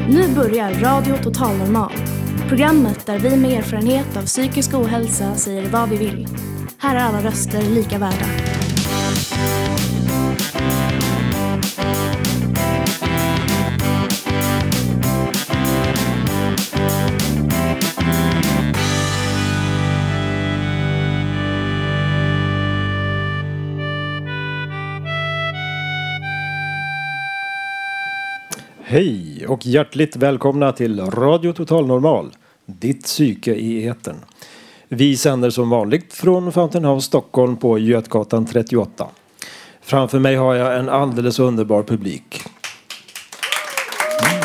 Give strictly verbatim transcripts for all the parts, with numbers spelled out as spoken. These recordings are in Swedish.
Nu börjar Radio Total Normal. Programmet där vi med erfarenhet av psykisk ohälsa säger vad vi vill. Här är alla röster lika värda. Hej och hjärtligt välkomna till Radio Total Normal, ditt psyke i etern. Vi sänder som vanligt från Fountain House Stockholm på Götgatan trettioåtta. Framför mig har jag en alldeles underbar publik. Mm.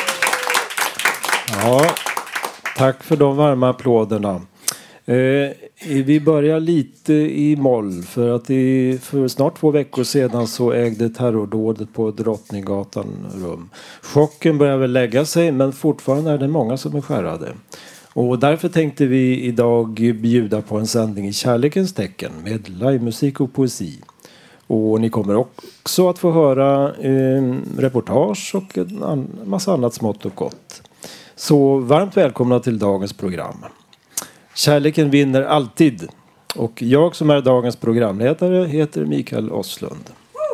Ja, tack för de varma applåderna. Eh, vi börjar lite i moll för att i, för snart två veckor sedan så ägde terrordådet på Drottninggatan rum. Chocken börjar väl lägga sig, men fortfarande är det många som är skärrade. Och därför tänkte vi idag bjuda på en sändning i kärlekens tecken med livemusik och poesi. Och ni kommer också att få höra eh, reportage och en an- massa annat smått och gott. Så varmt välkomna till dagens program. Kärleken vinner alltid. Och jag som är dagens programledare heter Mikael Oslund.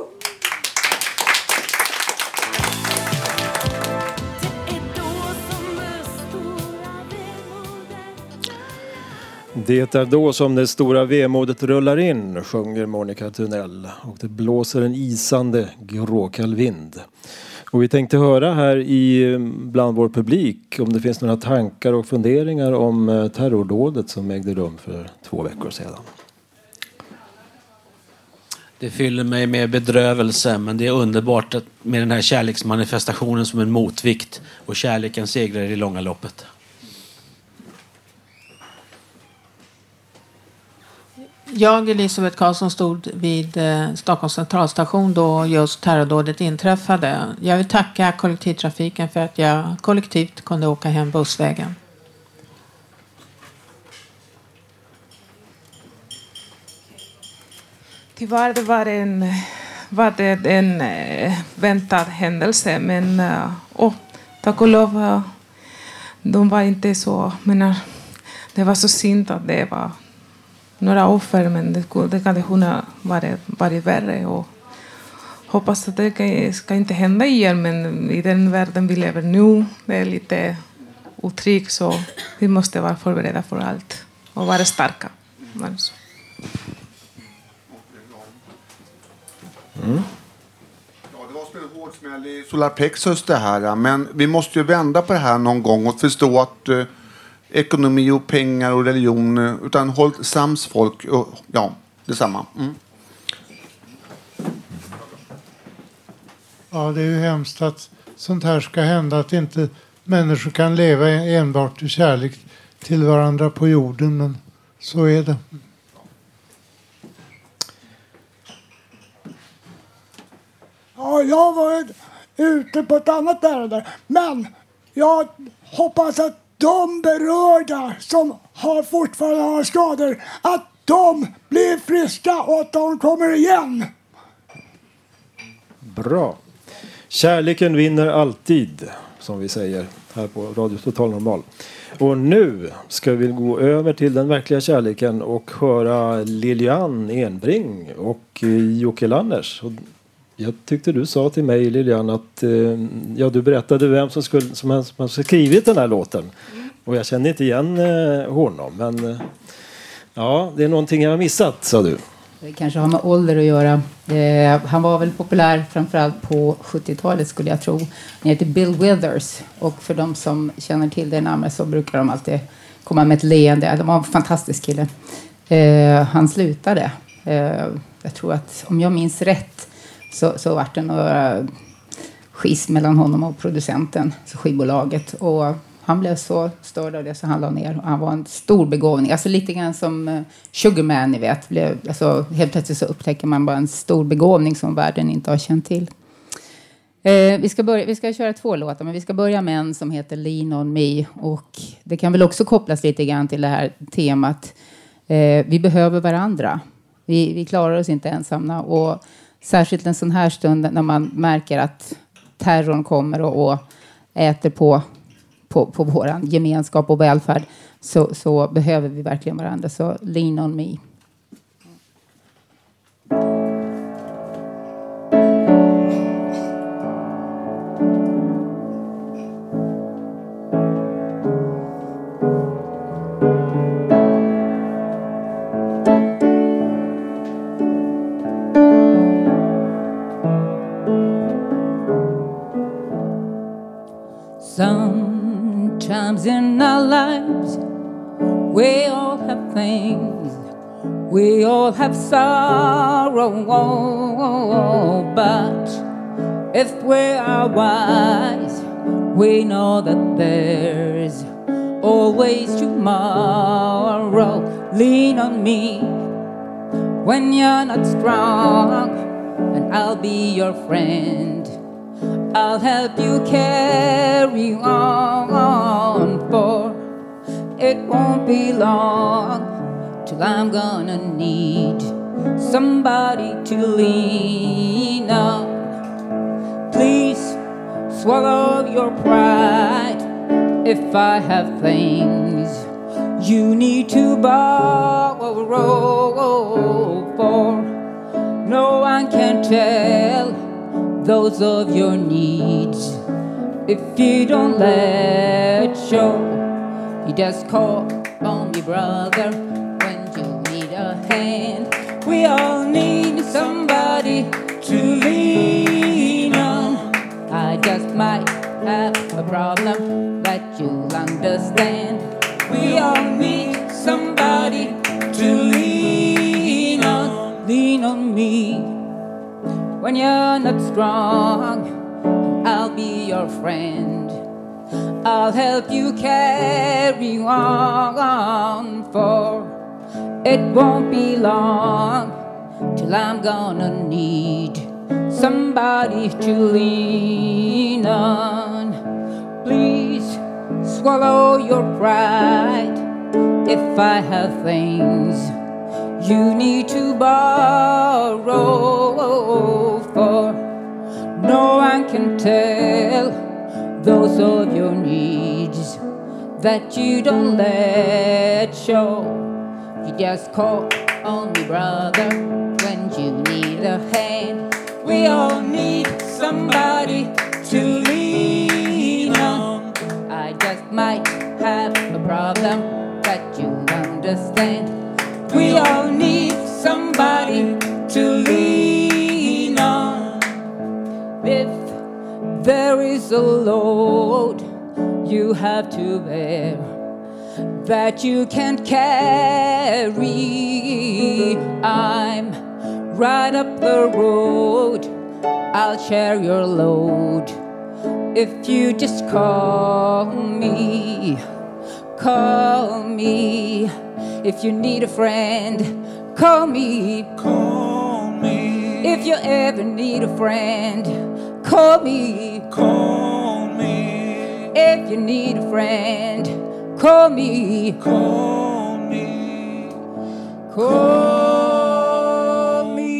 Det är då som det stora vemodet rullar in, sjunger Monica Tunnell. Och det blåser en isande gråkall vind. Och vi tänkte höra här i, bland vår publik om det finns några tankar och funderingar om terrordådet som ägde rum för två veckor sedan. Det fyller mig med bedrövelse, men det är underbart att med den här kärleksmanifestationen som en motvikt, och kärleken segrar i långa loppet. Jag, Elisabeth Karlsson, stod vid eh, Stockholms centralstation då just terrordådet inträffade. Jag vill tacka kollektivtrafiken för att jag kollektivt kunde åka hem bussvägen. Tyvärr var det en, var det en eh, väntad händelse, men eh, oh, tack och lov, eh, de var inte så, menar, det var så synd att det var några offer, men det, det kan kunna vara, vara värre, och hoppas att det ska inte hända igen, men i den världen vi lever nu, det är lite otryggt, så vi måste vara förberedda för allt och vara starka. Alltså. Mm. Ja, det var som en hård smäll i Solar Plexus det här, men vi måste ju vända på det här någon gång och förstå att eh, ekonomi och pengar och religion, utan håll sams folk, och, ja, detsamma. Mm. Ja, det är ju hemskt att sånt här ska hända, att inte människor kan leva enbart i kärlek till varandra på jorden, men så är det. Ja, jag var ute på ett annat ärende, men jag hoppas att de berörda som har fortfarande har skador, att de blir friska och att de kommer igen. Bra. Kärleken vinner alltid, som vi säger här på Radio Total Normal. Och nu ska vi gå över till den verkliga kärleken och höra Lilian Enbring och Jocke Lanners. Och jag tyckte du sa till mig, Lilian, att eh, ja, du berättade vem som skulle som har, som har skrivit den här låten. Mm. Och jag känner inte igen eh, honom, men eh, ja, det är någonting jag har missat, sa du. Det kanske har med ålder att göra. Eh, han var väl populär framförallt på sjuttiotalet, skulle jag tro. Han heter Bill Withers, och för de som känner till det namnet så brukar de alltid komma med ett leende. De var en fantastisk kille. Eh, han slutade. Eh, jag tror att, om jag minns rätt, Så, så var det några skis mellan honom och producenten, så skivbolaget. Och han blev så störd av det så han la ner. Och han var en stor begåvning. Alltså lite grann som uh, Sugarman, ni vet. Blev, alltså, helt plötsligt så upptäcker man bara en stor begåvning som världen inte har känt till. Eh, vi, ska börja, vi ska köra två låtar, men vi ska börja med en som heter Lean on Me. Och det kan väl också kopplas lite grann till det här temat. Eh, vi behöver varandra. Vi, vi klarar oss inte ensamma. Och särskilt en sån här stund när man märker att terrorn kommer och, och äter på, på, på vår gemenskap och välfärd, så, så behöver vi verkligen varandra. Så lean on me. Sometimes in our lives we all have things, we all have sorrow, but if we are wise, we know that there's always tomorrow. Lean on me when you're not strong, and I'll be your friend. I'll help you carry on, for it won't be long till I'm gonna need somebody to lean on. Please swallow your pride if I have things you need to borrow, for no one can tell those of your needs if you don't let show. You just call on me, brother, when you need a hand. We all need somebody to lean on. I just might have a problem that you'll understand. We all need somebody to lean on. Lean on me when you're not strong, I'll be your friend. I'll help you carry on, for it won't be long till I'm gonna need somebody to lean on. Please swallow your pride if I have things you need to borrow, for no one can tell those of your needs that you don't let show. You just call on me, brother, when you need a hand. We all need somebody to lean on. I just might have a problem that you understand. We all need somebody to lean on. If there is a load you have to bear that you can't carry, I'm right up the road. I'll share your load if you just call me. Call me. If you need a friend, call me. Call me. If you ever need a friend, call me. Call me. If you need a friend, call me. Call me. Call me.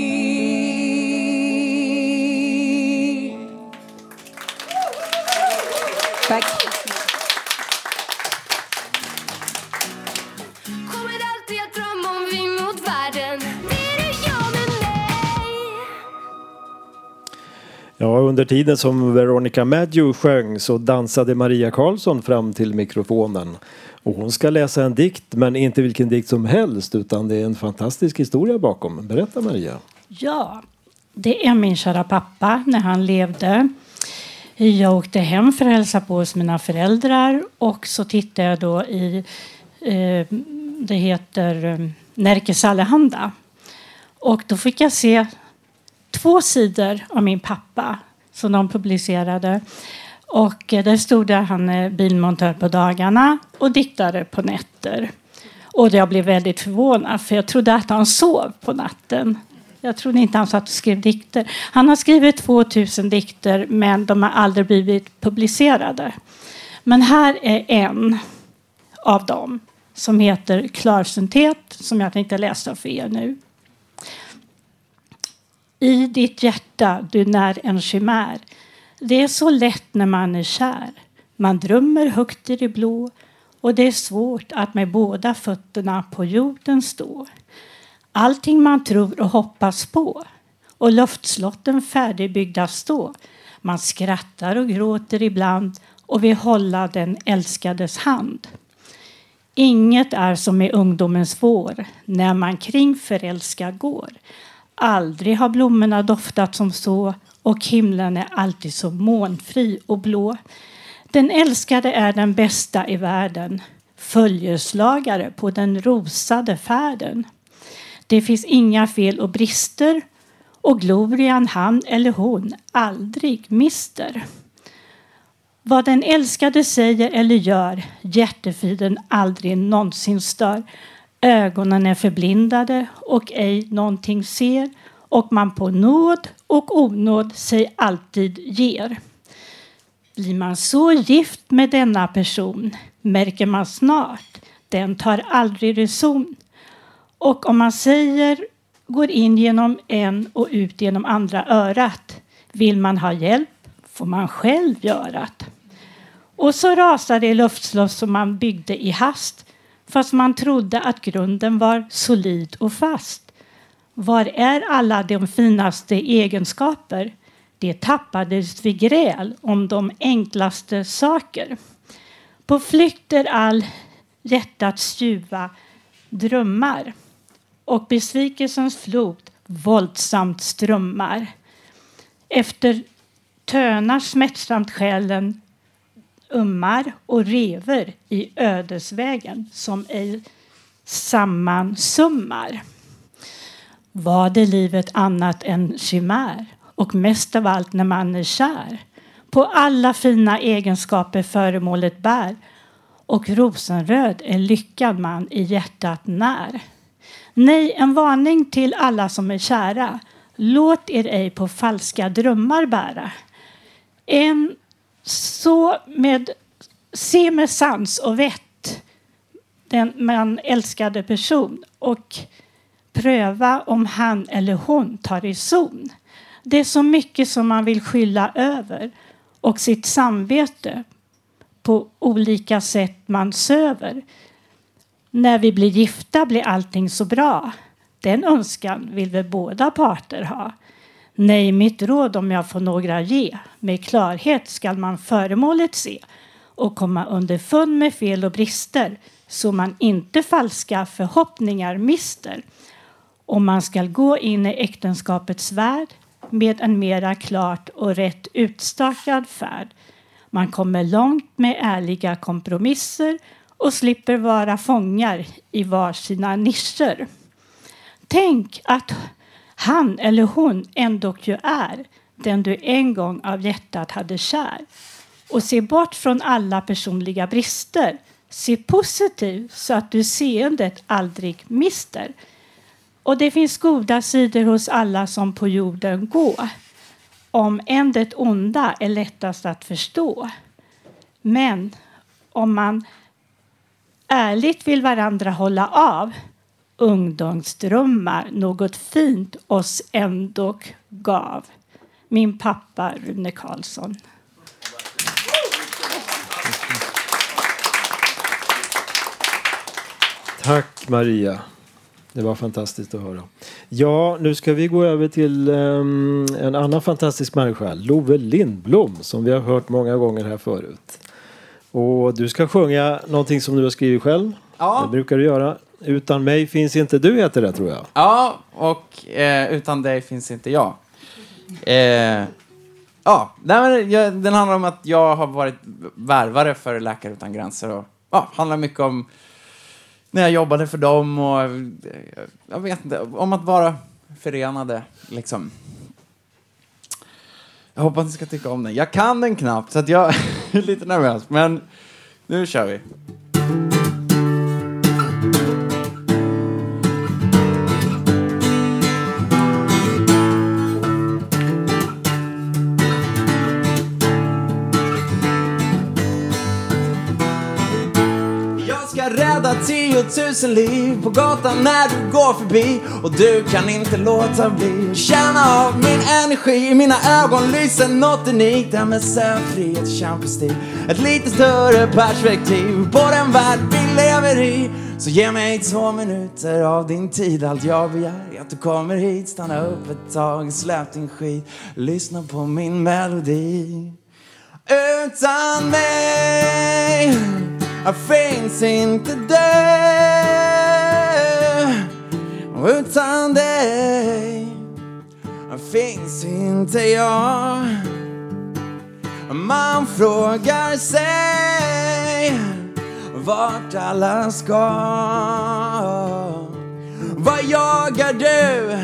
Tack. Ja, under tiden som Veronica Maggio sjöng så dansade Maria Karlsson fram till mikrofonen. Och hon ska läsa en dikt, men inte vilken dikt som helst, utan det är en fantastisk historia bakom. Berätta, Maria. Ja, det är min kära pappa när han levde. Jag åkte hem för att hälsa på hos mina föräldrar och så tittade jag då i, eh, det heter eh, Nerikes Allehanda. Och då fick jag se två sidor av min pappa som de publicerade. Och där stod där han är bilmontör på dagarna och diktare på nätter. Och jag blev väldigt förvånad för jag trodde att han sov på natten. Jag trodde inte han satt och skrev dikter. Han har skrivit tvåtusen dikter men de har aldrig blivit publicerade. Men här är en av dem som heter Klarsynthet som jag tänkte läsa för er nu. I ditt hjärta du när en chimär. Det är så lätt när man är kär. Man drömmer högt i det blå och det är svårt att med båda fötterna på jorden stå. Allting man tror och hoppas på och luftslotten färdigbyggda stå. Man skrattar och gråter ibland och vill hålla den älskades hand. Inget är som i ungdomens vår när man kring förälskar går. Aldrig har blommorna doftat som så och himlen är alltid så molnfri och blå. Den älskade är den bästa i världen, följeslagare på den rosade färden. Det finns inga fel och brister och glorian han eller hon aldrig mister. Vad den älskade säger eller gör, hjärtefriden aldrig någonsin stör. Ögonen är förblindade och ej någonting ser och man på nåd och onåd sig alltid ger. Blir man så gift med denna person märker man snart, den tar aldrig reson. Och om man säger går in genom en och ut genom andra örat. Vill man ha hjälp får man själv göra det. Och så rasade det luftslott som man byggde i hast. Fast man trodde att grunden var solid och fast. Var är alla de finaste egenskaper? Det tappades vid gräl om de enklaste saker. På flykt är all hjärtats ljuva drömmar. Och besvikelsens flod våldsamt strömmar. Efter tönar smärtsamt själen ummar och rever i ödesvägen som ej sammansummar. Var det livet annat än chimär och mest av allt när man är kär på alla fina egenskaper föremålet bär och rosenröd är lyckad man i hjärtat när. Nej, en varning till alla som är kära. Låt er ej på falska drömmar bära. En så med, se med sans och vett den man älskade person och pröva om han eller hon tar i zon. Det är så mycket som man vill skylla över och sitt samvete på olika sätt man söver. När vi blir gifta blir allting så bra. Den önskan vill vi båda parter ha. Nej, mitt råd om jag får några ge. Med klarhet skall man föremålet se och komma underfund med fel och brister så man inte falska förhoppningar mister. Om man skall gå in i äktenskapets värld med en mera klart och rätt utstakad färd. Man kommer långt med ärliga kompromisser och slipper vara fångar i var sina nischer. Tänk att han eller hon ändå ju är den du en gång av hjärtat hade kär. Och se bort från alla personliga brister. Se positivt så att du seendet aldrig mister. Och det finns goda sidor hos alla som på jorden går. Om än det onda är lättast att förstå. Men om man ärligt vill varandra hålla av. Ungdomsdrömmar något fint oss ändå gav. Min pappa Rune Karlsson. Tack Maria. Det var fantastiskt att höra. Ja, nu ska vi gå över till um, en annan fantastisk människa. Love Lindblom, som vi har hört många gånger här förut. Och du ska sjunga någonting som du har skrivit själv. Ja. Det brukar du göra. Utan mig finns inte du, heter det, tror jag. Ja, och eh, utan dig finns inte jag. Eh, ja, den, jag, den handlar om att jag har varit värvare för Läkare Utan Gränser. Och ja, handlar mycket om när jag jobbade för dem och jag vet inte, om att vara förenade liksom. Jag hoppas att ni ska tycka om den. Jag kan den knappt så att jag är lite nervös, men nu kör vi. jag rädda tiotusen liv på gatan när du går förbi. Och du kan inte låta bli att känna av min energi. I mina ögon lyser något unikt. M S F-frihet kämpestil. Ett lite större perspektiv på den värld vi lever i. Så ge mig två minuter av din tid. Allt jag begär är att du kommer hit. Stanna upp ett tag, släpp din skit. Lyssna på min melodi. Utan mig finns inte du. Utan dig finns inte jag. Man frågar sig vart alla ska. Vad jagar du?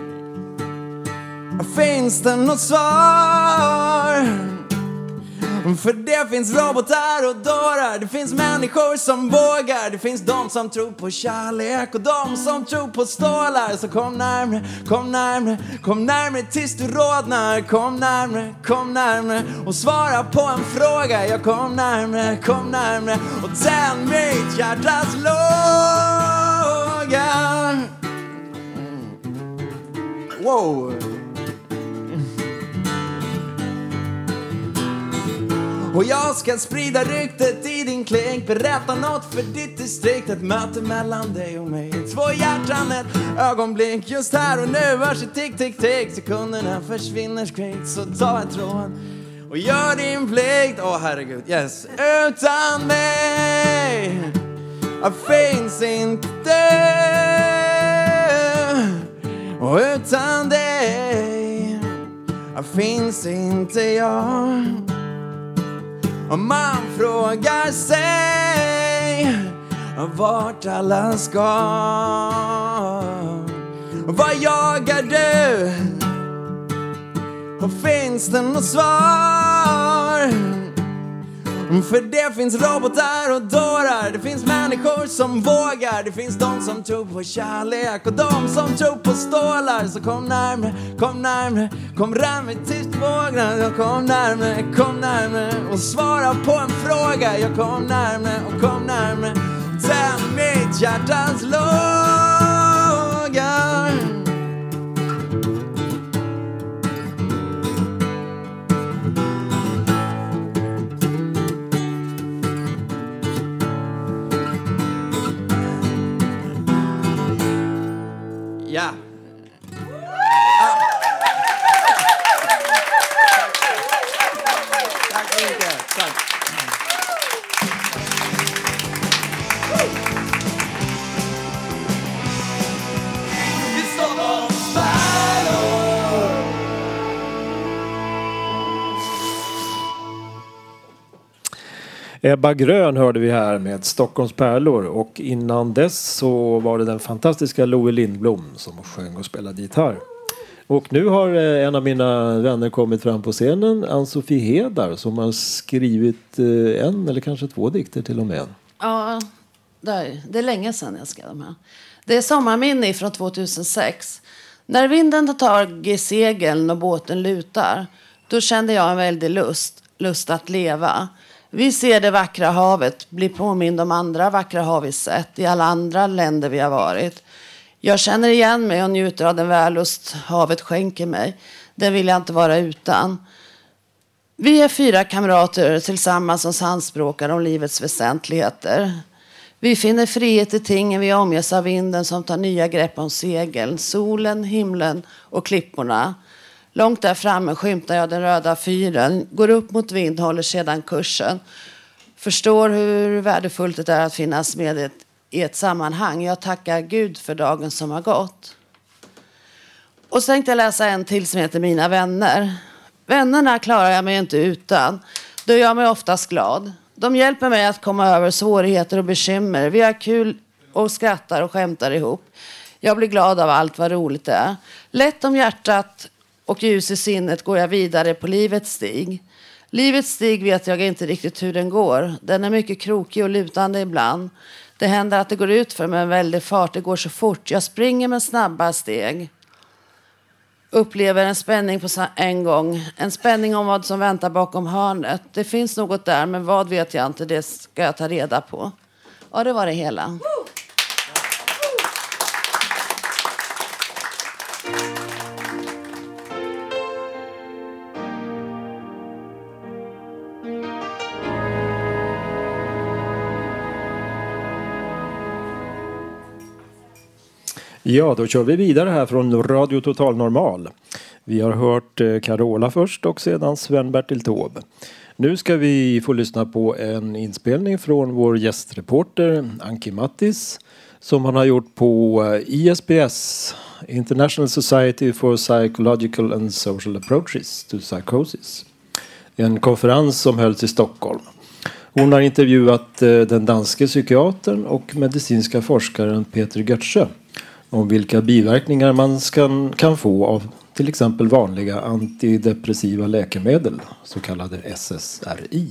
Finns det något svar? För det finns robotar och dårar. Det finns människor som vågar. Det finns de som tror på kärlek och de som tror på stålar. Så kom närmre, kom närmre, kom närmre tills du rodnar. Kom närmre, kom närmre och svara på en fråga. Jag kom närmre, kom närmre och tänd mitt hjärtas låga. Wow. Och jag ska sprida ryktet i din klink. Berätta något för ditt distrikt. Ett möte mellan dig och mig. Två hjärtan, ett ögonblick. Just här och nu hörs det tick, tick, tick. Sekunderna försvinner skvitt. Så ta en tråd och gör din plikt. Åh oh, herregud, yes. Utan mig finns inte du. Och utan dig finns inte jag. Och man frågar sig vart alla ska. Vad jagar du? Och finns det något svar? För det finns robotar och dårar. Det finns människor som vågar. Det finns de som tror på kärlek och de som tror på stålar. Så kom närmre, kom närmre, kom närmre tills du vågar. Jag kom närmre, kom närmre och svara på en fråga. Jag kom närmre och kom närmre. Tänd mitt hjärtas låga. Ja. Ah. Tack så mycket. Tack. Vi står och spärrar. Ebba Grön hörde vi här med Stockholms pärlor, och innan dess så var det den fantastiska Louie Lindblom som sjöng och spelade gitarr. Och nu har en av mina vänner kommit fram på scenen, Ann-Sofie Hedar, som har skrivit en eller kanske två dikter till och med. Ja, det är, det är länge sedan jag skrev dem här. Det är sommarminne från tvåtusensex. När vinden tar tag i segeln och båten lutar, då kände jag en väldig lust, lust att leva. Vi ser det vackra havet, blir påmind om andra vackra hav vi sett i alla andra länder vi har varit. Jag känner igen mig och njuter av den vällust havet skänker mig. Den vill jag inte vara utan. Vi är fyra kamrater tillsammans som sandspråkar om livets väsentligheter. Vi finner frihet i tingen, vi omges av vinden som tar nya grepp om segeln, solen, himlen och klipporna. Långt där framme skymtar jag den röda fyren, går upp mot vind, håller sedan kursen. Förstår hur värdefullt det är att finnas med ett, i ett sammanhang. Jag tackar Gud för dagen som har gått. Och så tänkte jag läsa en till som heter Mina vänner. Vännerna klarar jag mig inte utan. Då gör jag mig oftast glad. De hjälper mig att komma över svårigheter och bekymmer. Vi har kul och skrattar och skämtar ihop. Jag blir glad av allt vad roligt det är. Lätt om hjärtat och ljus i sinnet går jag vidare på livets stig. Livets stig vet jag inte riktigt hur den går. Den är mycket krokig och lutande ibland. Det händer att det går ut för mig en väldig fart. Det går så fort. Jag springer med snabba steg. Upplever en spänning på en gång. En spänning om vad som väntar bakom hörnet. Det finns något där, men vad vet jag inte. Det ska jag ta reda på. Ja, det var det hela. Ja, då kör vi vidare här från Radio Total Normal. Vi har hört Carola först och sedan Sven-Bertil Taube. Nu ska vi få lyssna på en inspelning från vår gästreporter Anki Mattis som han har gjort på I S B S, International Society for Psychological and Social Approaches to Psychosis. En konferens som hölls i Stockholm. Hon har intervjuat den danske psykiatern och medicinska forskaren Peter Götze om vilka biverkningar man ska, kan få av till exempel vanliga antidepressiva läkemedel, så kallade S S R I.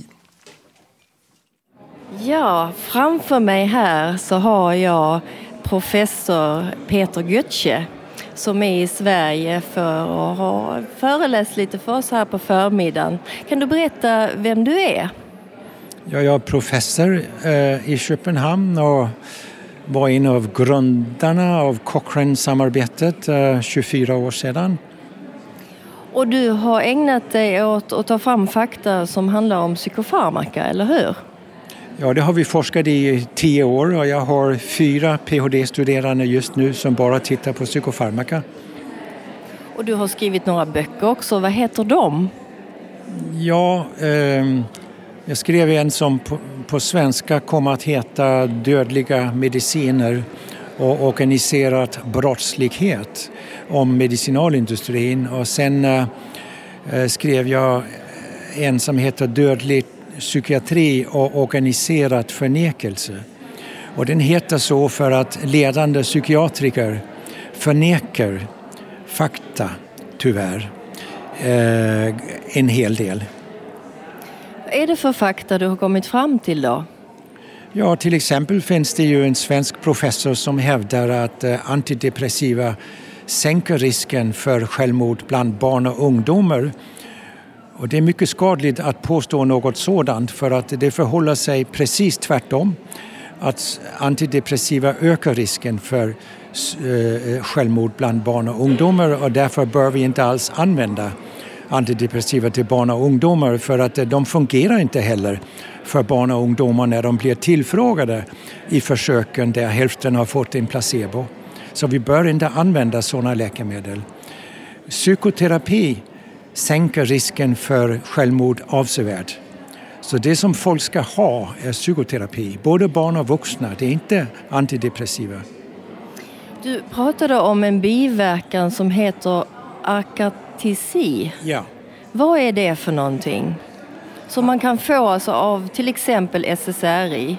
Ja, framför mig här så har jag professor Peter Götze som är i Sverige för att ha föreläst lite för oss här på förmiddagen. Kan du berätta vem du är? Ja, jag är professor eh, i Köpenhamn och var en av grundarna av Cochrane-samarbetet eh, tjugofyra år sedan. Och du har ägnat dig åt att ta fram fakta som handlar om psykofarmaka, eller hur? Ja, det har vi forskat i tio år och jag har fyra P H D-studerande just nu som bara tittar på psykofarmaka. Och du har skrivit några böcker också. Vad heter de? Ja, eh, jag skrev en som på, på svenska kommer att heta Dödliga mediciner och organiserat brottslighet om medicinalindustrin. Och sen eh, skrev jag en som heter Dödlig psykiatri och organiserat förnekelse. Och den heter så för att ledande psykiatriker förnekar fakta, tyvärr, eh, en hel del. Vad är det för fakta du har kommit fram till då? Ja, till exempel finns det ju en svensk professor som hävdar att eh, antidepressiva sänker risken för självmord bland barn och ungdomar. Och det är mycket skadligt att påstå något sådant för att det förhåller sig precis tvärtom. Att antidepressiva ökar risken för eh, självmord bland barn och ungdomar och därför bör vi inte alls använda antidepressiva till barn och ungdomar för att de fungerar inte heller för barn och ungdomar när de blir tillfrågade i försöken där hälften har fått en placebo. Så vi bör inte använda sådana läkemedel. Psykoterapi sänker risken för självmord avsevärt. Så det som folk ska ha är psykoterapi, både barn och vuxna. Det är inte antidepressiva. Du pratade om en biverkan som heter akatisi. Ja. Vad är det för någonting? Som man kan få alltså av till exempel S S R I?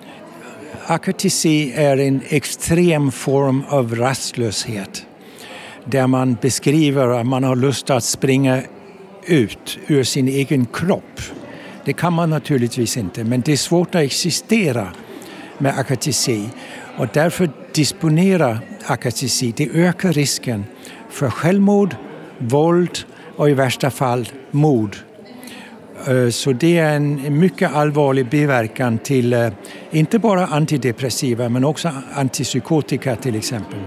Akatisi är en extrem form av rastlöshet. Där man beskriver att man har lust att springa ut ur sin egen kropp. Det kan man naturligtvis inte, men det är svårt att existera med akatisi. Och därför disponera akatisi, det ökar risken för självmord, våld och i värsta fall mord. Så det är en mycket allvarlig biverkan till inte bara antidepressiva men också antipsykotika till exempel.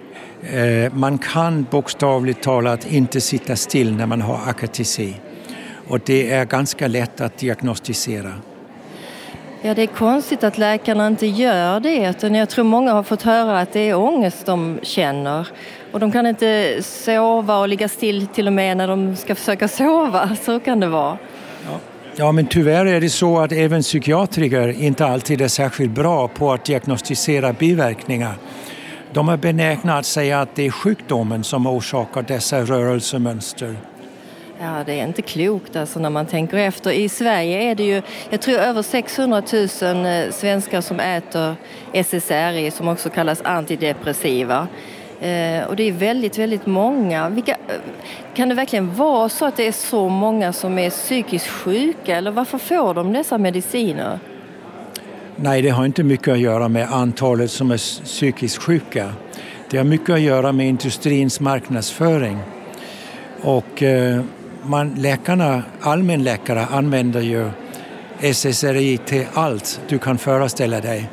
Man kan bokstavligt talat inte sitta still när man har akatisi. Och det är ganska lätt att diagnostisera. Ja, det är konstigt att läkarna inte gör det. Utan jag tror många har fått höra att det är ångest de känner. Och de kan inte sova och ligga still till och med när de ska försöka sova. Så kan det vara. Ja, ja men tyvärr är det så att även psykiatriker inte alltid är särskilt bra på att diagnostisera biverkningar. De är benägna att säga att det är sjukdomen som orsakar dessa rörelsemönster. Ja, det är inte klokt alltså när man tänker efter. I Sverige är det ju, jag tror över sexhundratusen svenskar som äter S S R I som också kallas antidepressiva. Eh, och det är väldigt, väldigt många. Vilka, kan det verkligen vara så att det är så många som är psykiskt sjuka? Eller varför får de dessa mediciner? Nej, det har inte mycket att göra med antalet som är psykiskt sjuka. Det har mycket att göra med industrins marknadsföring. Och eh, man, läkarna, allmänläkare använder ju S S R I till allt du kan föreställa dig.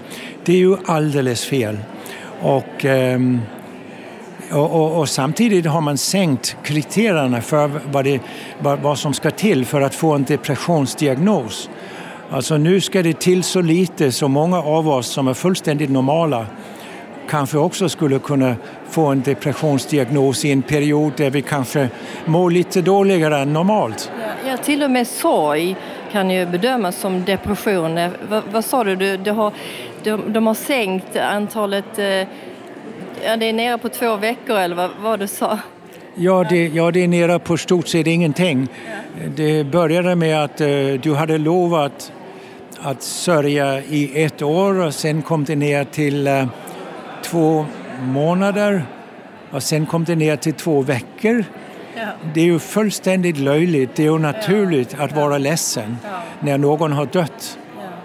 Det är ju alldeles fel. Och, um, och, och, och samtidigt har man sänkt kriterierna för vad, det, vad, vad som ska till för att få en depressionsdiagnos. Alltså nu ska det till så lite så många av oss som är fullständigt normala kanske också skulle kunna få en depressionsdiagnos i en period där vi kanske mår lite dåligare än normalt. Ja, ja, till och med sorg kan ju bedömas som depression. Va, vad sa du? du, du har, de, de har sänkt antalet, eh, ja, det är nere på två veckor eller vad, vad du sa? Ja det, ja, det är nere på stort sett ingenting. Ja. Det började med att eh, du hade lovat att sörja i ett år och sen kom det ner till eh, två månader och sen kom det ner till två veckor. Ja. Det är ju fullständigt löjligt. Det är ju naturligt ja. att vara ledsen ja. när någon har dött.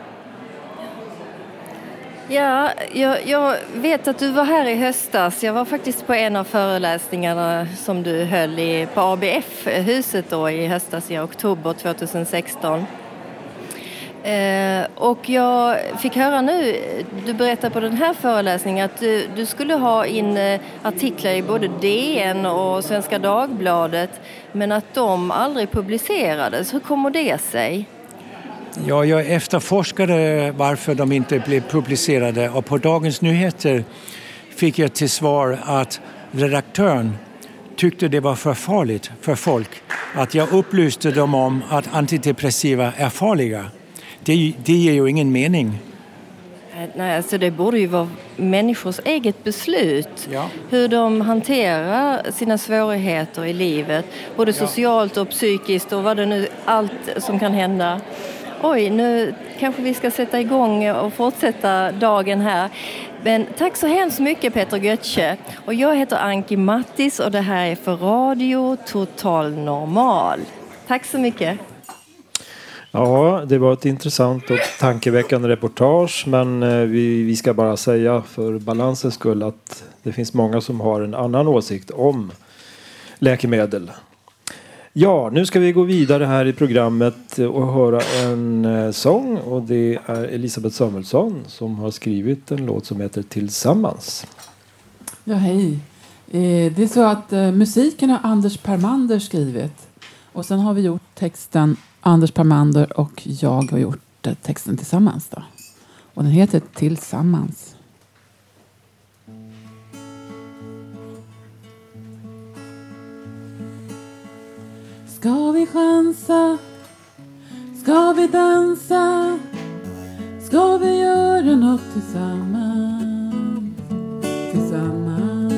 Ja, jag, jag vet att du var här i höstas. Jag var faktiskt på en av föreläsningarna som du höll i, på A B F-huset då i höstas i oktober tjugohundrasexton. Eh, och jag fick höra nu, du berättade på den här föreläsningen att du, du skulle ha in eh, artiklar i både D N och Svenska Dagbladet, men att de aldrig publicerades. Hur kommer det sig? Ja, jag efterforskade varför de inte blev publicerade och på Dagens Nyheter fick jag till svar att redaktören tyckte det var för farligt för folk att jag upplyste dem om att antidepressiva är farliga. Det, det ger ju ingen mening. Nej, alltså det borde ju vara människors eget beslut. Ja. Hur de hanterar sina svårigheter i livet. Både socialt och psykiskt och vad det nu, allt som kan hända. Oj, nu kanske vi ska sätta igång och fortsätta dagen här. Men tack så hemskt mycket Peter Götze. Och jag heter Anki Mattis och det här är för Radio Total Normal. Tack så mycket. Ja, det var ett intressant och tankeväckande reportage, men vi, vi ska bara säga för balansens skull att det finns många som har en annan åsikt om läkemedel. Ja, nu ska vi gå vidare här i programmet och höra en sång, och det är Elisabeth Samuelsson som har skrivit en låt som heter Tillsammans. Ja, hej. Eh, det är så att eh, musiken har Anders Permander skrivit, och sen har vi gjort texten, Anders Permander och jag har gjort eh, texten tillsammans då. Och den heter Tillsammans. Ska vi chansa? Ska vi dansa? Ska vi göra något tillsammans? Tillsammans,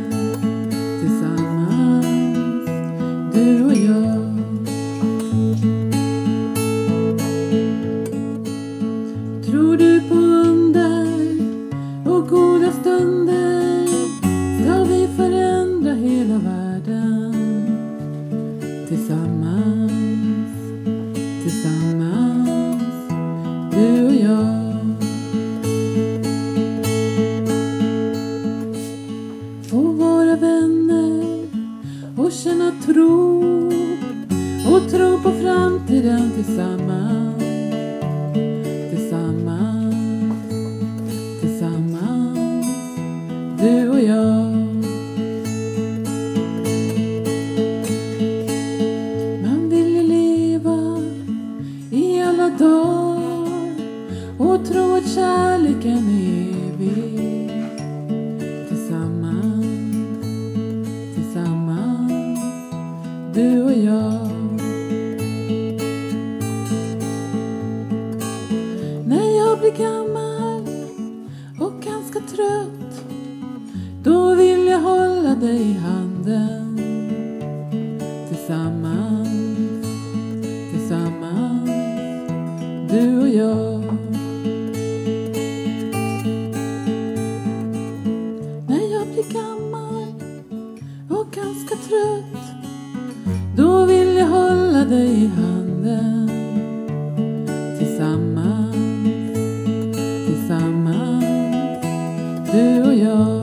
tillsammans, du och jag. Tror du på under och goda stunder? Ska vi förändra hela världen? Tillsammans, tillsammans, du och jag. Få vara vänner och känna tro och tro på framtiden tillsammans. Tillsammans, tillsammans, du och jag. Och tro att kärleken är evig. Tillsammans, tillsammans, du och jag. När jag blir gammal och ganska trött, då vill jag hålla dig i handen. Tillsammans, tillsammans, du och jag. När jag blir gammal och ganska trött, då vill jag hålla dig i handen. Tillsammans, tillsammans, du och jag.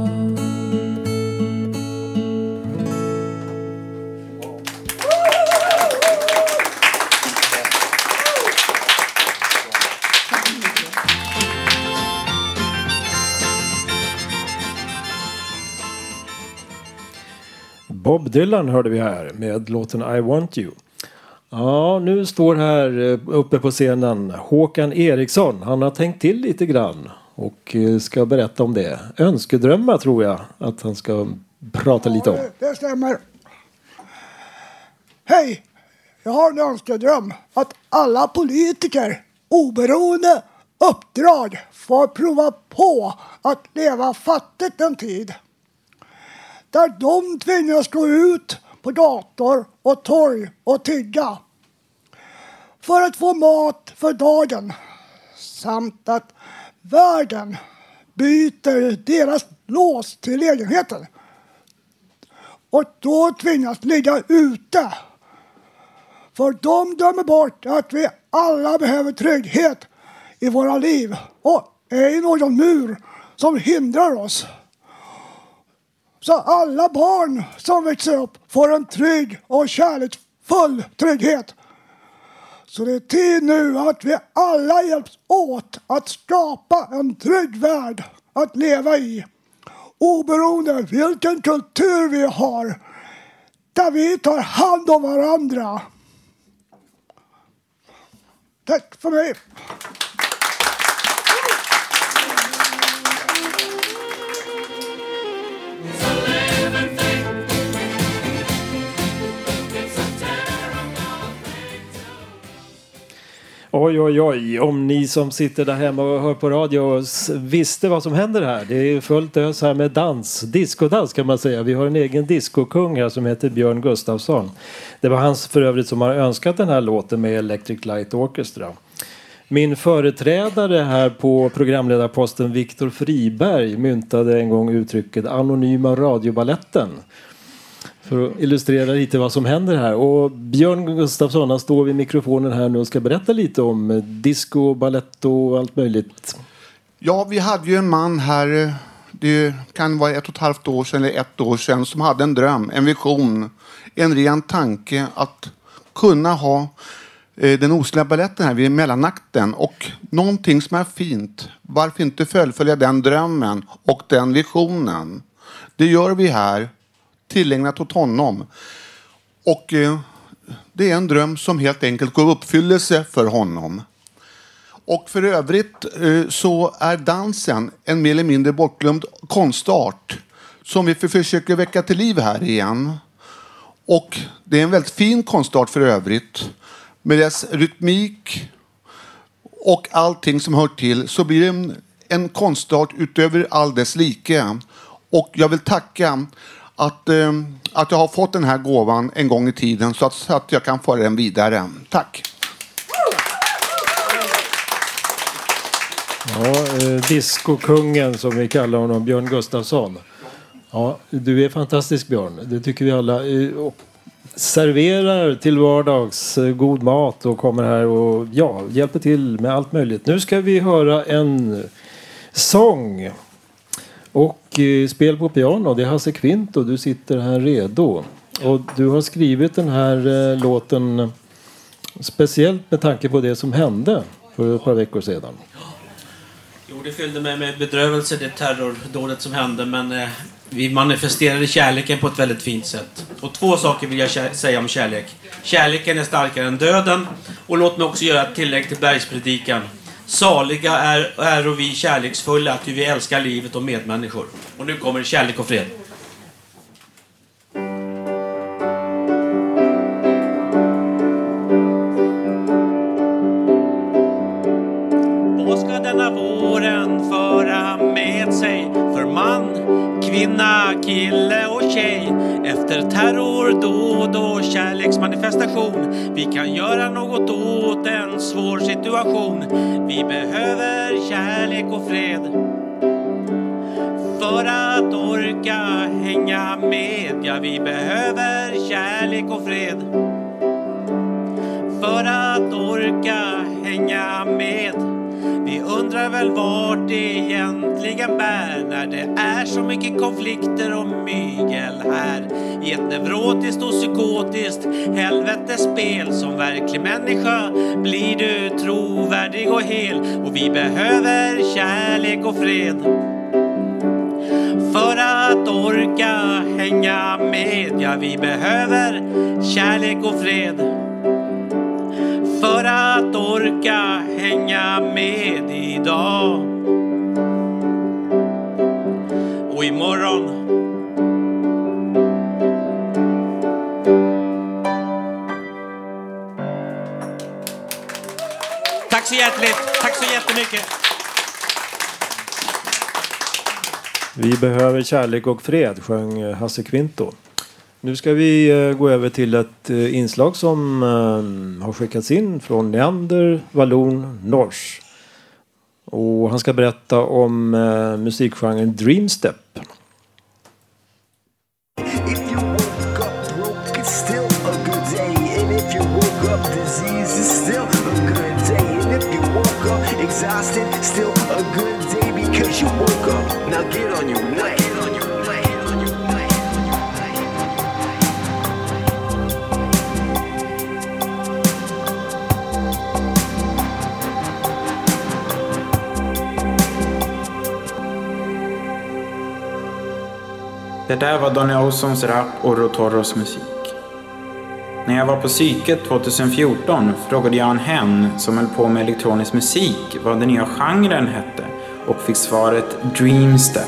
Bob Dylan hörde vi här med låten I Want You. Ja, nu står här uppe på scenen Håkan Eriksson. Han har tänkt till lite grann och ska berätta om det. Önskedrömmar tror jag att han ska prata lite om. Ja, det, det stämmer. Hej! Jag har en önskedröm att alla politiker, oberoende uppdrag, får prova på att leva fattigt en tid. Där de tvingas gå ut på gator och torg och tigga. För att få mat för dagen. Samt att världen byter deras lås till lägenheten. Och då tvingas ligga ute. För de dömer bort att vi alla behöver trygghet i våra liv. Och ej någon mur som hindrar oss. Så alla barn som växer upp får en trygg och kärleksfull trygghet. Så det är tid nu att vi alla hjälps åt att skapa en trygg värld att leva i. Oberoende vilken kultur vi har. Där vi tar hand om varandra. Tack för mig. Oj, oj, oj. Om ni som sitter där hemma och hör på radio visste vad som händer här. Det är fullt ös här med dans. Diskodans kan man säga. Vi har en egen diskokung här som heter Björn Gustafsson. Det var hans för övrigt som har önskat den här låten med Electric Light Orchestra. Min företrädare här på programledarposten Viktor Friberg myntade en gång uttrycket anonyma radioballetten. För att illustrera lite vad som händer här. Och Björn Gustafsson, han står vid mikrofonen här nu och ska berätta lite om disco, ballett och allt möjligt. Ja, vi hade ju en man här, det kan vara ett och ett halvt år sedan eller ett år sedan, som hade en dröm, en vision, en ren tanke att kunna ha eh, den osliga balletten här vid mellannakten. Och någonting som är fint, varför inte fullfölja den drömmen och den visionen? Det gör vi här. Tillägnat åt honom. Och eh, det är en dröm som helt enkelt går uppfyllelse för honom. Och för övrigt eh, så är dansen en mer eller mindre bortglömd konstart som vi försöker väcka till liv här igen. Och det är en väldigt fin konstart för övrigt. Med dess rytmik och allting som hör till så blir det en, en konstart utöver all dess like. Och jag vill tacka Att, eh, att jag har fått den här gåvan en gång i tiden så att, så att jag kan föra den vidare. Tack! Ja, eh, diskokungen som vi kallar honom, Björn Gustafsson. Ja, du är fantastisk Björn, det tycker vi alla. Eh, och serverar till vardags eh, god mat och kommer här och ja, hjälper till med allt möjligt. Nu ska vi höra en sång. Och eh, spel på piano, det är Hasse Kvint och du sitter här redo. Och du har skrivit den här eh, låten speciellt med tanke på det som hände för ett par veckor sedan. Jo, det fyllde mig med bedrövelse, det terrordådet som hände, men eh, vi manifesterade kärleken på ett väldigt fint sätt. Och två saker vill jag kä- säga om kärlek. Kärleken är starkare än döden, och låt mig också göra ett tillägg till bergspredikan. Saliga är, är och vi kärleksfulla, att vi älskar livet och medmänniskor. Och nu kommer kärlek och fred. Vad ska denna våren föra med sig för man, kvinna, kille och tjej? Efter terrordåd och kärleksmanifestation, vi kan göra något åt en svår situation. Vi behöver kärlek och fred för att orka hänga med. Ja, vi behöver kärlek och fred för att orka hänga med. Vi undrar väl vart det egentligen bär när det är så mycket konflikter och mygel här. I ett neurotiskt och psykotiskt helvetespel. Som verklig människa blir du trovärdig och hel. Och vi behöver kärlek och fred för att att orka hänga med. Ja, vi behöver kärlek och fred. För att orka hänga med idag. Och imorgon. Tack så hjärtligt. Tack så jättemycket. Vi behöver kärlek och fred, sjöng Hasse Kvinto. Nu ska vi gå över till ett inslag som har skickats in från Neander Wallon Nors. Och han ska berätta om musikgenren Dreamstep. Exhausted, still a good day because you woke up. Now get on your way. Det där var Donny Osons rap och Rotoros musik. När jag var på psyket tjugohundrafjorton frågade jag en hen som höll på med elektronisk musik vad den nya genren hette och fick svaret Dreamstep.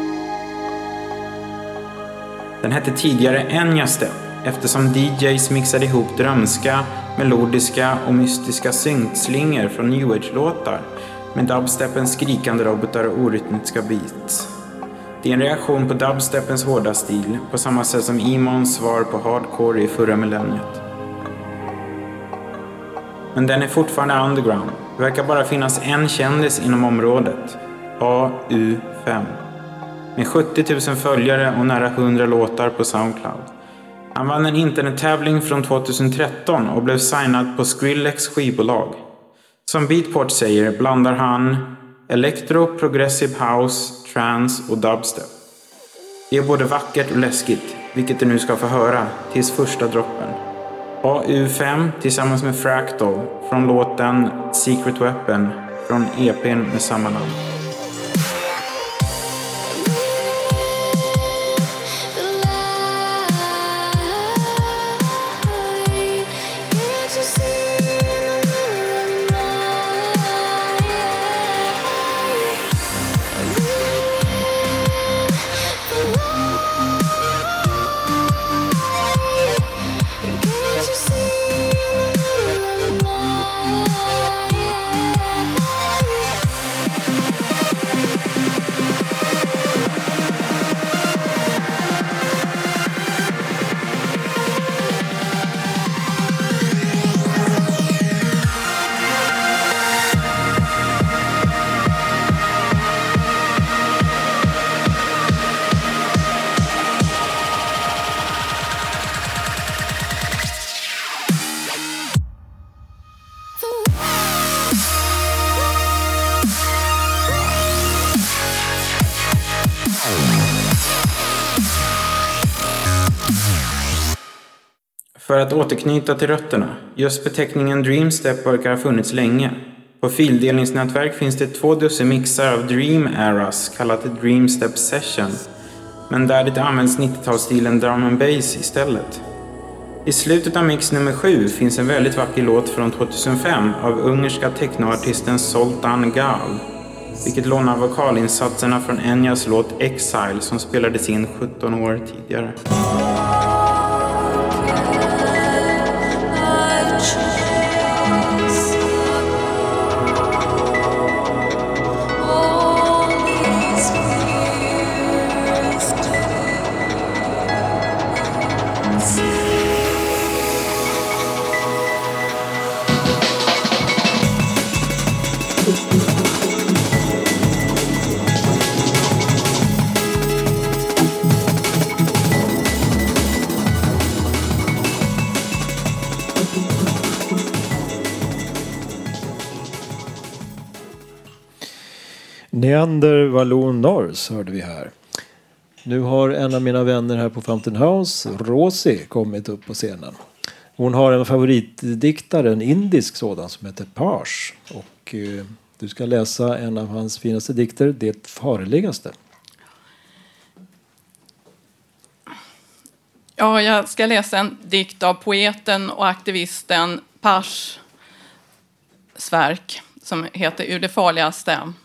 Den hette tidigare Enya Step eftersom D Js mixade ihop drömska, melodiska och mystiska syntslingor från New Age-låtar med dubstepens skrikande robotar och orytmiska beats. Det är en reaktion på dubstepens hårda stil på samma sätt som emons svar på hardcore i förra millenniet. Men den är fortfarande underground. Det verkar bara finnas en kändis inom området, A U fem. Med sjuttio tusen följare och nära hundra låtar på Soundcloud. Han vann en internettävling från tjugotretton och blev signad på Skrillex skivbolag. Som Beatport säger blandar han electro, progressive house, trance och dubstep. Det är både vackert och läskigt, vilket du nu ska få höra tills första droppen. A U fem tillsammans med Fractal från låten Secret Weapon från E P:n med samma namn. För att återknyta till rötterna, just beteckningen Dreamstep verkar ha funnits länge. På fildelningsnätverk finns det två dussin mixar av Dream Eras kallat Dreamstep Session, men där det används nittiotalsstilen drum and bass istället. I slutet av mix nummer sju finns en väldigt vacker låt från tjugohundrafem av ungerska technoartisten Zoltan Gal, vilket lånar vokalinsatserna från Enyas låt Exile som spelades in sjutton år tidigare. Neander Wallon Nors hörde vi här. Nu har en av mina vänner här på Fountain House, Rosie, kommit upp på scenen. Hon har en favoritdiktare, en indisk sådan som heter Pars. Och eh, du ska läsa en av hans finaste dikter, Det farligaste. Ja, jag ska läsa en dikt av poeten och aktivisten Pars verk som heter Ur det farligaste.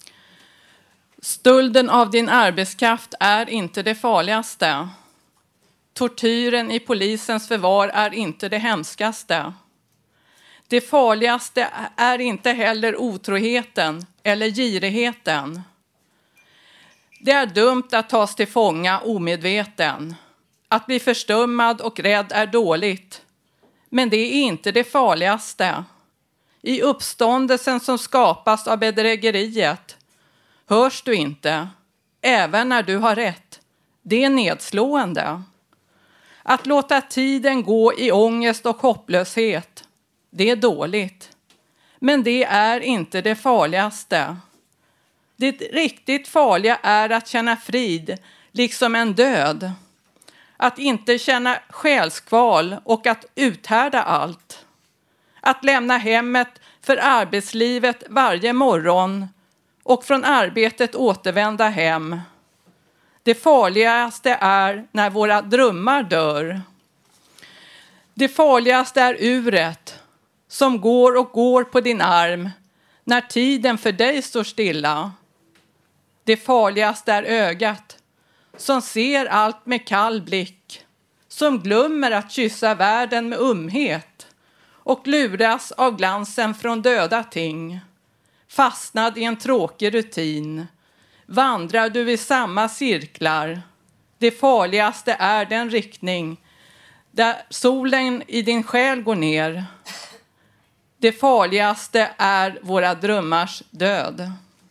Stölden av din arbetskraft är inte det farligaste. Tortyren i polisens förvar är inte det hemskaste. Det farligaste är inte heller otroheten eller girigheten. Det är dumt att tas till fånga omedveten. Att bli förstummad och rädd är dåligt. Men det är inte det farligaste. I uppståndelsen som skapas av bedrägeriet hörs du inte, även när du har rätt. Det är nedslående. Att låta tiden gå i ångest och hopplöshet, det är dåligt. Men det är inte det farligaste. Det riktigt farliga är att känna frid, liksom en död. Att inte känna själskval och att uthärda allt. Att lämna hemmet för arbetslivet varje morgon och från arbetet återvända hem. Det farligaste är när våra drömmar dör. Det farligaste är uret som går och går på din arm när tiden för dig står stilla. Det farligaste är ögat som ser allt med kall blick, som glömmer att kyssa världen med umhet och luras av glansen från döda ting. Fastnad i en tråkig rutin vandrar du i samma cirklar. Det farligaste är den riktning där solen i din själ går ner. Det farligaste är våra drömmars död.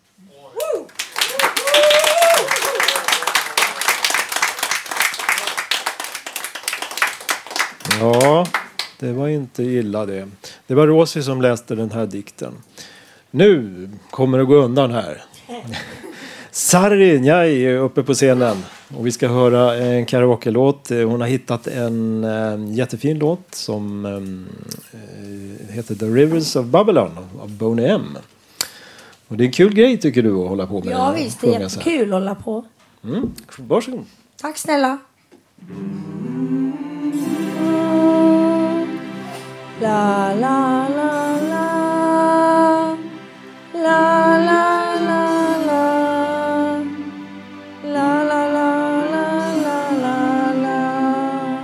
Ja, det var inte illa det. Det var Rosie som läste den här dikten. Nu kommer det gå undan här. Sarri Njai är uppe på scenen och vi ska höra en karaoke-låt. Hon har hittat en äh, jättefin låt som äh, heter The Rivers of Babylon av Boney M. Och det är en kul grej tycker du att hålla på med. Ja visst, det är jättekul att hålla på. Mm, varsågod. Tack snälla. La la la la la la la la la la la la la la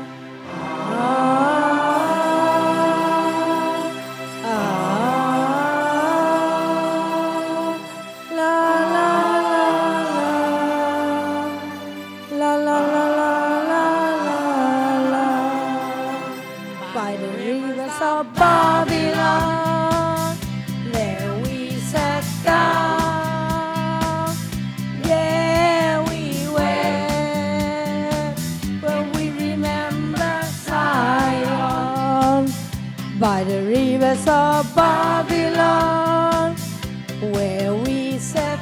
la la by the rivers of Babylon, there we sat down. Yeah, we wept when we remember Zion. By the rivers of Babylon, where we sat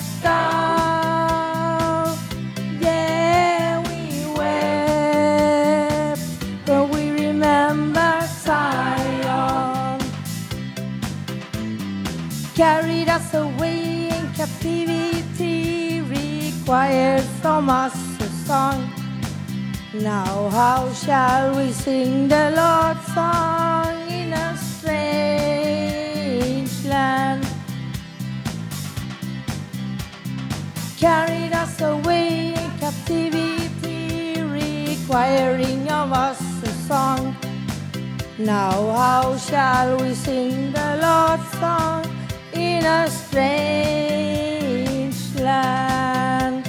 down. Yeah, we wept when we remember Zion. Carried us away in captivity, required from us a song. Now how shall we sing the Lord's song in a strange land? Carried us away in captivity, requiring of us a song. Now how shall we sing the Lord's song in a strange land?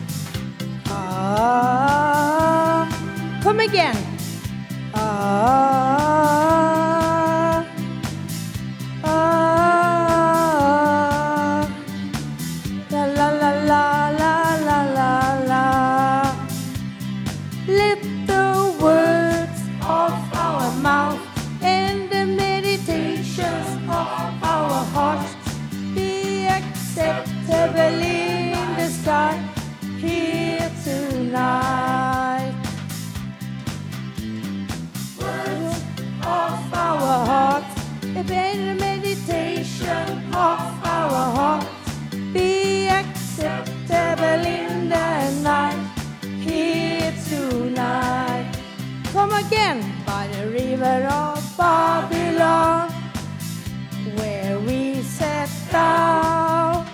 Ah, come again. Ah, ah, la la la la la la la la. Let the words of our mouth and the meditations of our hearts be down.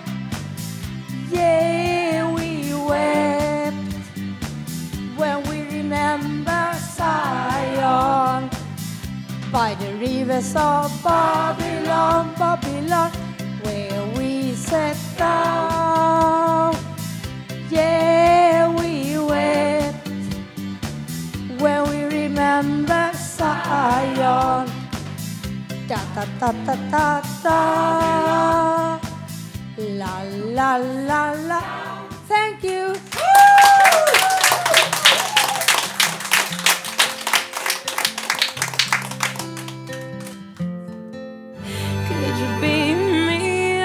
Yeah, we wept when we remember Zion by the rivers of Babylon, Babylon, where we sat down. Yeah, we wept when we remember Zion. Da da da da da da. La la la la. Thank you. Could you be me?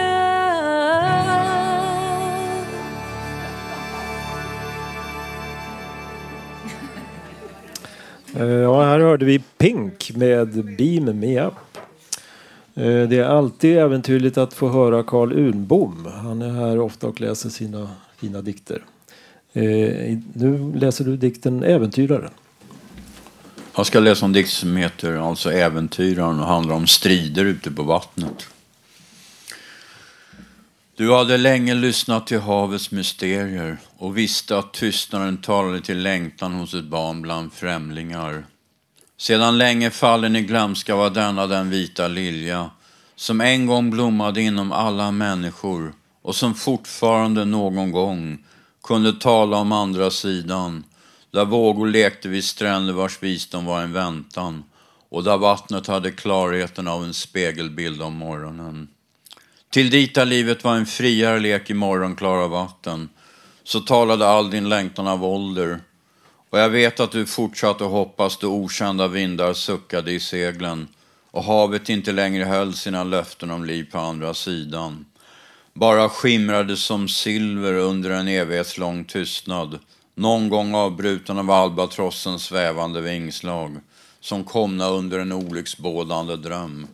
Ja, här hörde vi Pink med Beam Me Up. Det är alltid äventyrligt att få höra Carl Unbom. Han är här ofta och läser sina fina dikter. Nu läser du dikten Äventyraren. Jag ska läsa en dikt som heter alltså Äventyraren och handlar om strider ute på vattnet. Du hade länge lyssnat till havets mysterier och visste att tystnaden talade till längtan hos ett barn bland främlingar. Sedan länge fallen i glömska var denna den vita lilja som en gång blommade inom alla människor och som fortfarande någon gång kunde tala om andra sidan, där vågor lekte vid stränder vars visdom var en väntan och där vattnet hade klarheten av en spegelbild om morgonen. Till dita livet var en friare lek i morgonklara vatten, så talade all din längtan av ålder. Och jag vet att du fortsatte hoppas då okända vindar suckade i seglen och havet inte längre höll sina löften om liv på andra sidan. Bara skimrade som silver under en evighetslång tystnad, någon gång avbruten av albatrossens svävande vingslag, som komna under en olycksbådande dröm.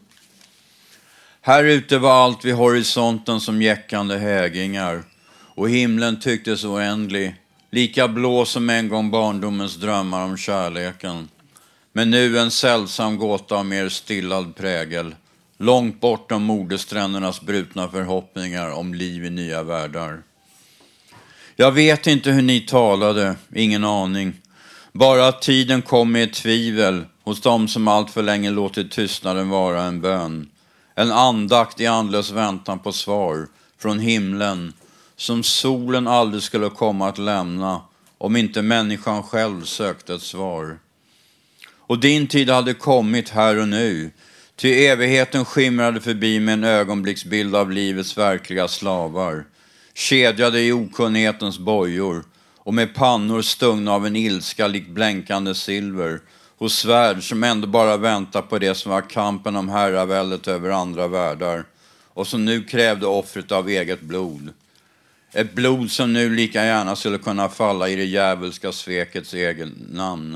Här ute var allt vid horisonten som jäckande hägingar, och himlen tycktes oändlig, lika blå som en gång barndomens drömmar om kärleken. Men nu en sällsam gåta av mer stillad prägel, långt bortom modersträndernas brutna förhoppningar om liv i nya världar. Jag vet inte hur ni talade, ingen aning. Bara att tiden kom med tvivel hos dem som allt för länge låtit tystnaden vara en bön. En andakt i andlös väntan på svar från himlen, som solen aldrig skulle komma att lämna om inte människan själv sökte ett svar. Och din tid hade kommit här och nu, ty evigheten skimrade förbi med en ögonblicksbild av livets verkliga slavar, kedjade i okunnighetens bojor och med pannor stungna av en ilska lik blänkande silver, och svärd som ändå bara väntar på det som var kampen om herraväldet över andra världar och som nu krävde offret av eget blod. Ett blod som nu lika gärna skulle kunna falla i det djävulska svekets egen namn.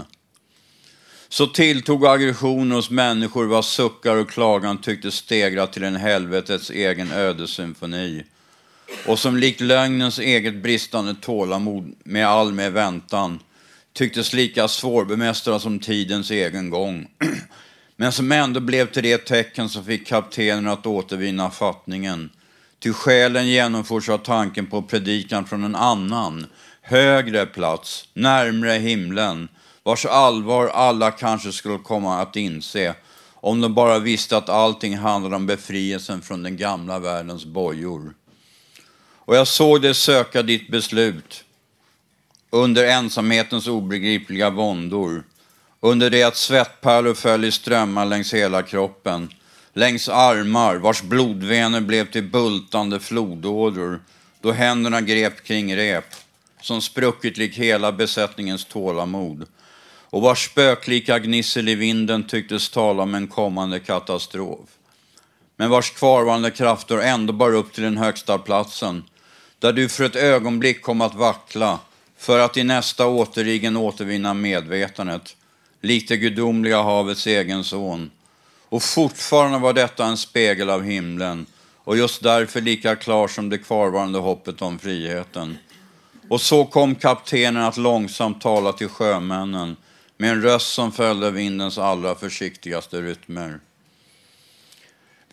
Så tilltog aggression hos människor vars suckar och klagan tyckte stegra till en helvetets egen ödesymfoni, och som likt lögnens eget bristande tålamod med all med väntan tycktes lika svårbemästrad som tidens egen gång, men som ändå blev till det tecken som fick kaptenen att återvinna fattningen. Till själen genomförs av tanken på predikan från en annan, högre plats, närmare himlen, vars allvar alla kanske skulle komma att inse, om de bara visste att allting handlade om befrielsen från den gamla världens bojor. Och jag såg det söka ditt beslut, under ensamhetens obegripliga våndor, under det att svettpärlor föll i strömmar längs hela kroppen, längs armar vars blodvener blev till bultande flodådror, då händerna grep kring rep, som spruckit lik hela besättningens tålamod, och vars spöklika gnissel i vinden tycktes tala om en kommande katastrof. Men vars kvarvarande krafter ändå bar upp till den högsta platsen, där du för ett ögonblick kom att vackla, för att i nästa återigen återvinna medvetandet, likt det gudomliga havets egen son. Och fortfarande var detta en spegel av himlen, och just därför lika klar som det kvarvarande hoppet om friheten. Och så kom kaptenen att långsamt tala till sjömännen, med en röst som följde vindens allra försiktigaste rytmer.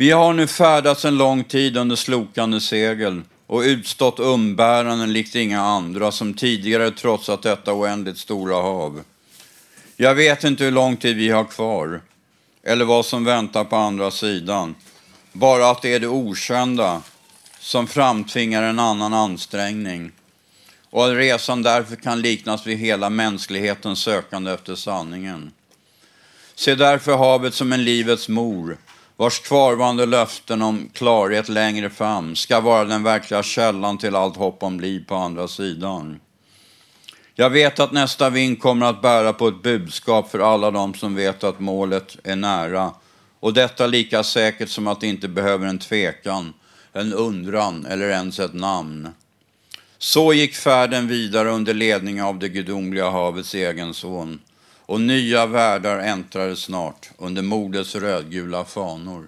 Vi har nu färdats en lång tid under slokande segel och utstått umbäranden likt inga andra som tidigare trotsat detta oändligt stora hav. Jag vet inte hur lång tid vi har kvar eller vad som väntar på andra sidan. Bara att det är det okända som framtvingar en annan ansträngning och att resan därför kan liknas vid hela mänsklighetens sökande efter sanningen. Se därför havet som en livets mor, vars kvarvarande löften om klarhet längre fram ska vara den verkliga källan till allt hopp om liv på andra sidan. Jag vet att nästa vind kommer att bära på ett budskap för alla de som vet att målet är nära. Och detta lika säkert som att det inte behöver en tvekan, en undran eller ens ett namn. Så gick färden vidare under ledning av det gudomliga havets egen son. Och nya världar äntrade snart under modets rödgula fanor.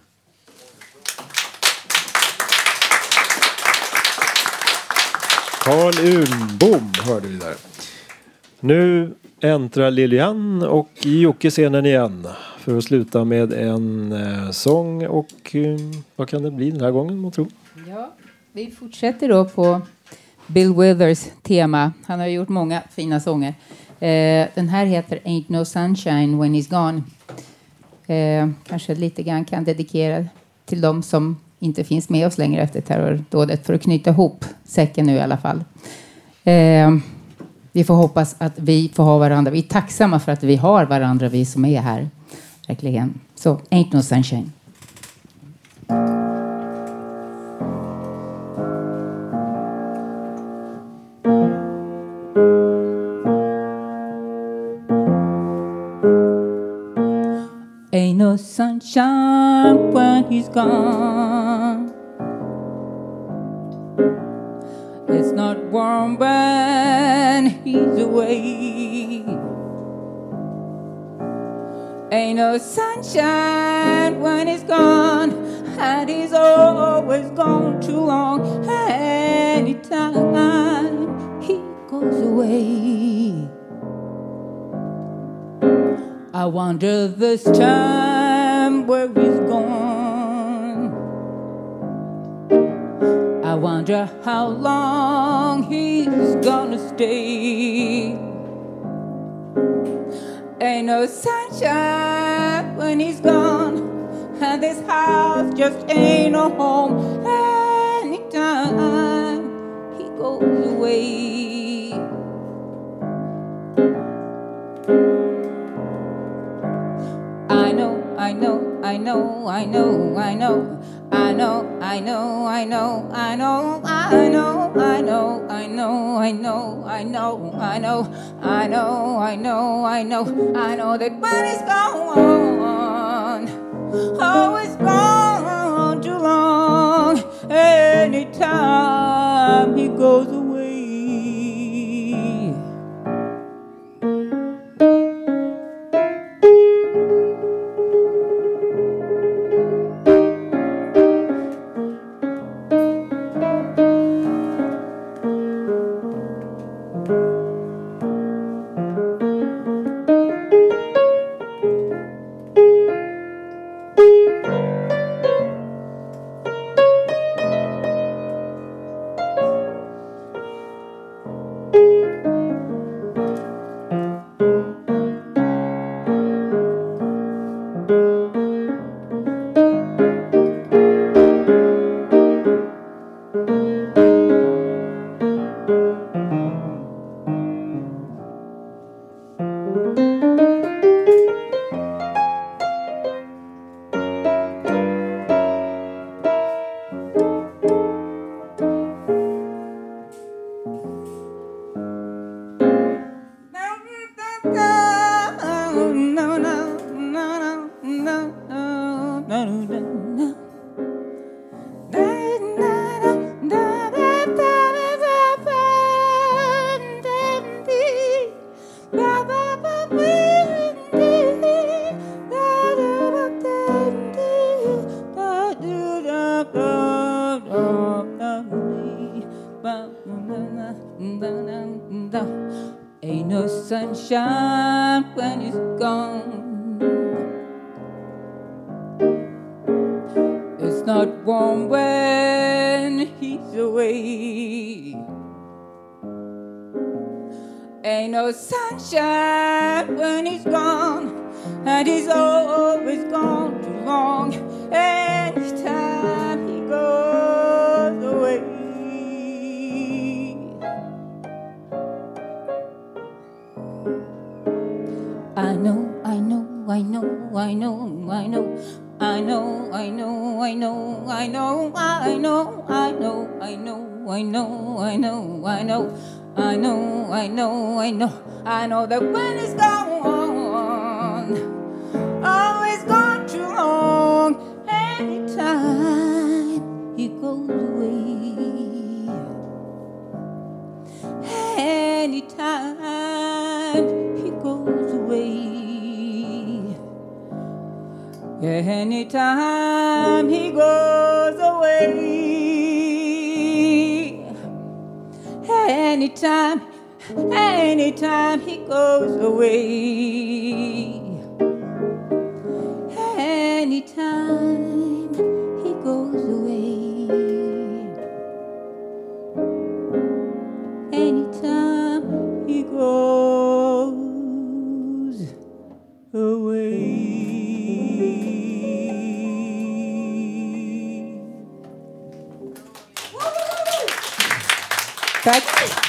Carl Unbom hörde vi där. Nu äntrar Lilian och Jocke scenen igen för att sluta med en eh, sång och eh, vad kan det bli den här gången, man tror? Ja, vi fortsätter då på Bill Withers tema. Han har gjort många fina sånger. Eh, den här heter Ain't No Sunshine When He's Gone. Eh, kanske lite grann kan dedikera till dem som inte finns med oss längre efter terrordådet för att knyta ihop säcken nu i alla fall. Eh, vi får hoppas att vi får ha varandra. Vi är tacksamma för att vi har varandra, vi som är här. Verkligen. Så, Ain't No Sunshine. Ain't no sunshine when he's gone. It's not warm when he's away. Ain't no sunshine when he's gone, and he's always gone too long. Anytime he goes away, I wonder this time where he's gone. I wonder how long he's gonna stay. Ain't no sunshine when he's gone, and this house just ain't no home. Anytime he goes away, I know, I know, I know, I know, I know, I know, I know, I know, I know, I know, I know, I know, I know, I know, I know, I know, I know, I know, I know that when it's gone, oh, it's gone too long. Anytime he goes away. Ain't no sunshine when it's gone. The warm when he's away. Ain't no sunshine when he's gone, and he's always gone too long. Anytime he goes away. I know, I know, I know, I know, I know, I know, I know, I know, I know, I know, I know, I know, I know, I know, I know, I know, I know, I know, I know that when it's gone, always gone too long. Anytime he goes away, anytime he goes away, anytime he goes away, anytime, anytime he goes away, anytime he goes away, anytime he goes away. Tack.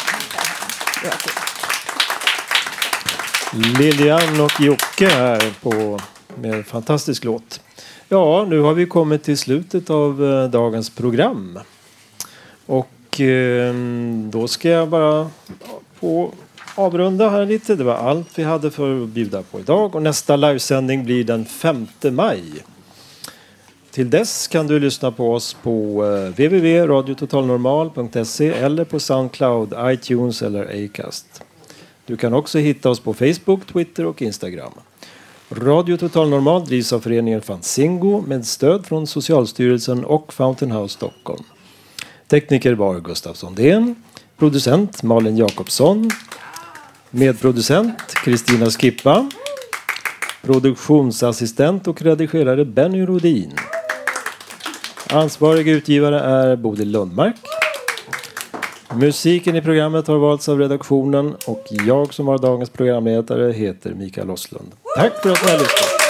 Lilian och Jocke här på, med en fantastisk låt. Ja, nu har vi kommit till slutet av eh, dagens program. Och eh, då ska jag bara få avrunda här lite. Det var allt vi hade för att bjuda på idag. Och nästa livesändning blir den femte maj. Till dess kan du lyssna på oss på w w w punkt radio total normal punkt se eller på Soundcloud, iTunes eller Acast. Du kan också hitta oss på Facebook, Twitter och Instagram. Radio Total Normal drivs av föreningen Fanzingo med stöd från Socialstyrelsen och Fountain House Stockholm. Tekniker var Gustav Sondén, producent Malin Jakobsson, medproducent Kristina Skippa, produktionsassistent och redigerare Benny Rodin. Ansvarig utgivare är Bodil Lundmark. Musiken i programmet har valts av redaktionen och jag som var dagens programledare heter Mikael Osslund. Tack för att ni har lyssnat.